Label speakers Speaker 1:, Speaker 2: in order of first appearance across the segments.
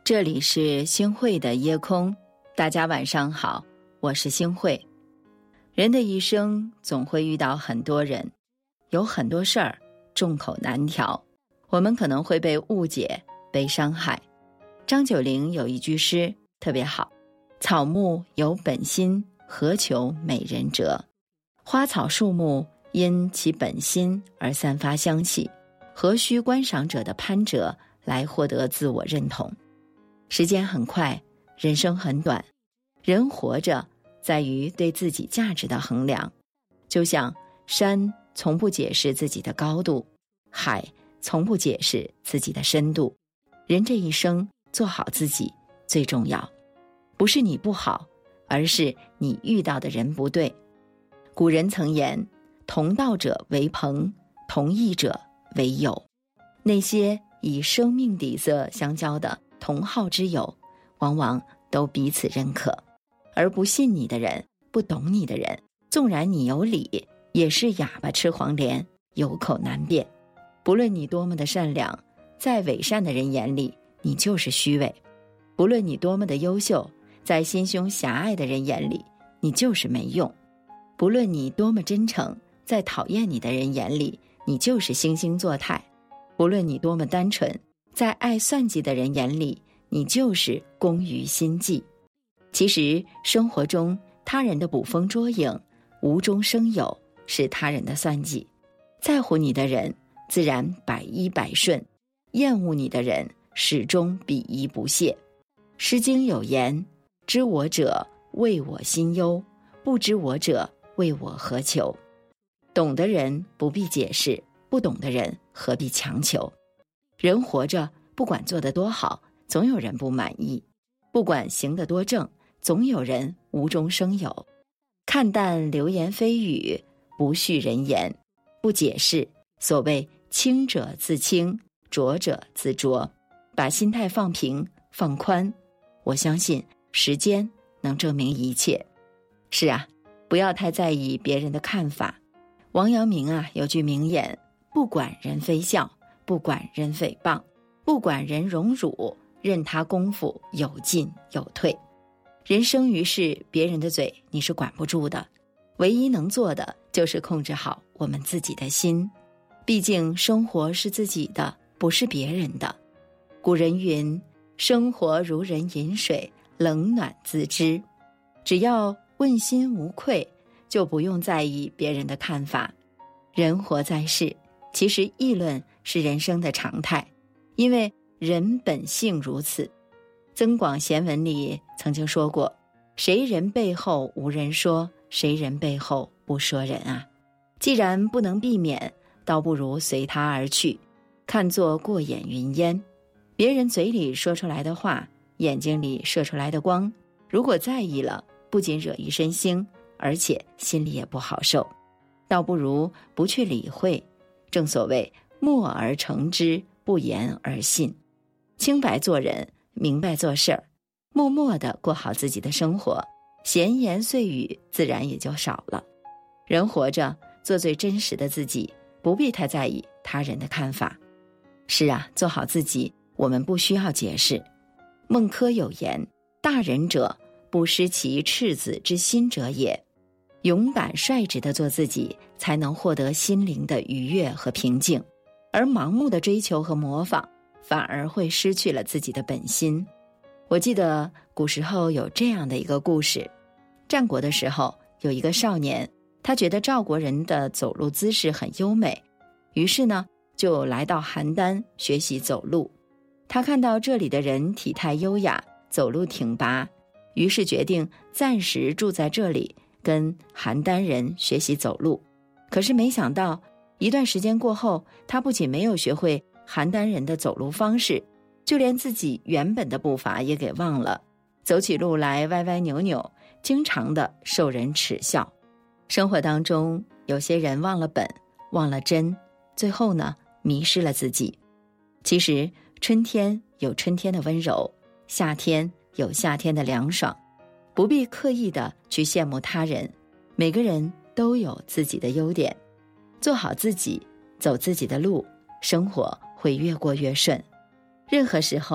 Speaker 1: 这里是星慧的夜空，大家晚上好，我是星慧。人的一生总会遇到很多人，有很多事儿众口难调，我们可能会被误解、被伤害。张九龄有一句诗特别好：草木有本心，何求美人折。花草树木因其本心而散发香气，何须观赏者的攀折来获得自我认同。时间很快，人生很短，人活着在于对自己价值的衡量。就像山从不解释自己的高度，海从不解释自己的深度。人这一生做好自己最重要，不是你不好，而是你遇到的人不对。古人曾言，同道者为朋，同义者为友。那些以生命底色相交的同好之友，往往都彼此认可。而不信你的人，不懂你的人，纵然你有理，也是哑巴吃黄连，有口难辩。不论你多么的善良，在伪善的人眼里，你就是虚伪；不论你多么的优秀，在心胸狭隘的人眼里，你就是没用；不论你多么真诚，在讨厌你的人眼里，你就是惺惺作态；不论你多么单纯，在爱算计的人眼里，你就是工于心计。其实生活中他人的捕风捉影，无中生有，是他人的算计。在乎你的人自然百依百顺，厌恶你的人始终鄙夷不屑。诗经有言，知我者谓我心忧，不知我者谓我何求。懂的人不必解释，不懂的人何必强求。人活着，不管做得多好，总有人不满意；不管行得多正，总有人无中生有。看淡流言蜚语，不恤人言，不解释。所谓清者自清，浊者自浊。把心态放平放宽，我相信时间能证明一切。是啊，不要太在意别人的看法。王阳明有句名言：不管人非笑，不管人诽谤，不管人荣辱，任他功夫有进有退。人生于世，别人的嘴你是管不住的，唯一能做的就是控制好我们自己的心。毕竟生活是自己的，不是别人的。古人云，生活如人饮水，冷暖自知。只要问心无愧，就不用在意别人的看法。人活在世，其实议论是人生的常态，因为人本性如此。增广贤文里曾经说过，谁人背后无人说，谁人背后不说人啊。既然不能避免，倒不如随他而去，看作过眼云烟。别人嘴里说出来的话，眼睛里射出来的光，如果在意了，不仅惹一身腥，而且心里也不好受。倒不如不去理会。正所谓默而成之，不言而信。清白做人，明白做事儿，默默地过好自己的生活，闲言碎语自然也就少了。人活着，做最真实的自己，不必太在意他人的看法。是啊，做好自己，我们不需要解释。孟轲有言，大人者，不失其赤子之心者也。勇敢率直地做自己，才能获得心灵的愉悦和平静。而盲目的追求和模仿，反而会失去了自己的本心。我记得古时候有这样的一个故事，战国的时候，有一个少年，他觉得赵国人的走路姿势很优美，于是呢，就来到邯郸学习走路。他看到这里的人体态优雅，走路挺拔，于是决定暂时住在这里，跟邯郸人学习走路。可是没想到，一段时间过后，他不仅没有学会邯郸人的走路方式，就连自己原本的步伐也给忘了，走起路来歪歪扭扭，经常的受人耻笑。生活当中，有些人忘了本，忘了真，最后呢，迷失了自己。其实春天有春天的温柔，夏天有夏天的凉爽，不必刻意的去羡慕他人，每个人都有自己的优点。做好自己，走自己的路，生活会越过越顺。任何时候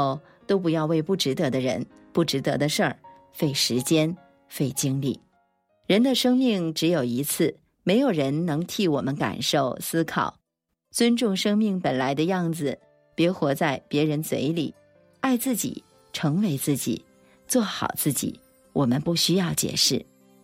Speaker 1: 都不要为不值得的人、不值得的事儿费时间、费精力。人的生命只有一次，没有人能替我们感受、思考。尊重生命本来的样子，别活在别人嘴里。爱自己，成为自己，做好自己，我们不需要解释。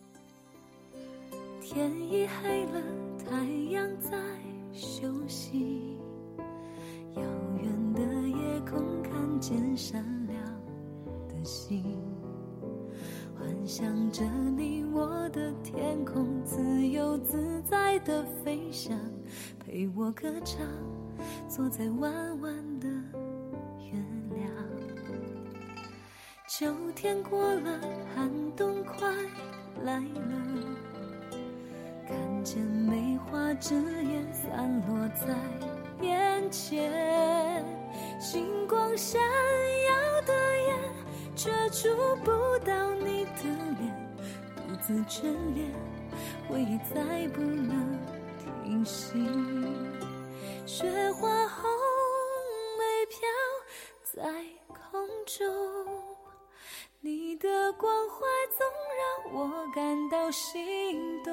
Speaker 2: 天已黑了，太阳在休息，遥远的夜空看见闪亮的星，幻想着你我的天空，自由自在的飞翔，陪我歌唱，坐在弯弯的月亮。秋天过了，寒冬快来了，看见梅花枝叶散落在眼前，星光闪耀的眼，却触不到你的脸，独自眷恋，回忆再不能停息。雪花红梅飘在空中，你的关怀总让我感到心动，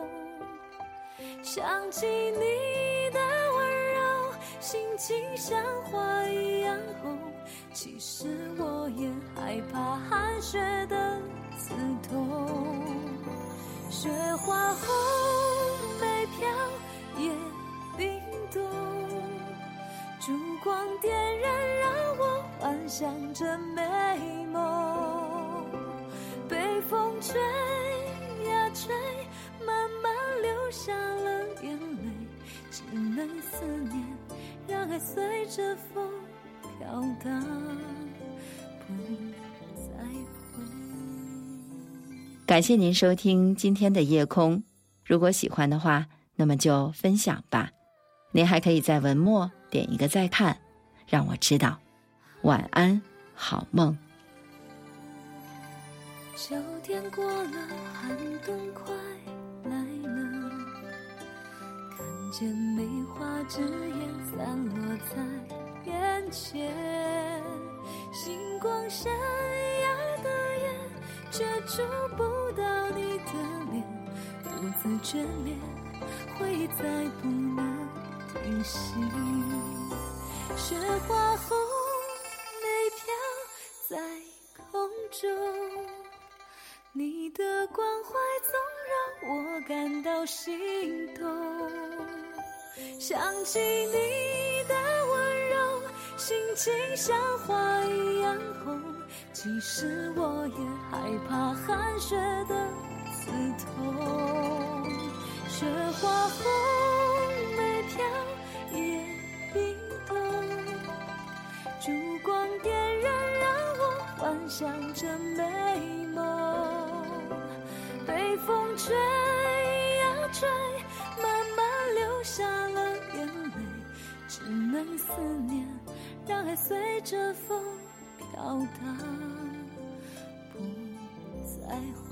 Speaker 2: 想起你的温柔，心情像花一样红，其实我也害怕寒雪的刺痛。雪花红梅飘也冰冻，烛光点燃让我幻想着美梦，被风吹呀吹，慢慢流下了眼泪，只能思念，让爱随着风飘荡，不再回。
Speaker 1: 感谢您收听今天的夜空，如果喜欢的话，那么就分享吧。您还可以在文末点一个再看，让我知道。晚安，好梦。
Speaker 2: 秋天过了，寒冬快来了，看见梅花枝叶散落在眼前，星光闪耀的眼，却触不到你的脸，独自眷恋，回忆再不能停息。雪花红梅飘在空中，你的关怀总让我感到心动，想起你的温柔，心情像花一样红，其实我也害怕寒雪的刺痛。雪花红梅飘也冰冻，烛光点燃让我幻想着美梦，被风吹呀吹，慢慢流下了眼泪，只能思念，让爱随着风飘荡，不再回。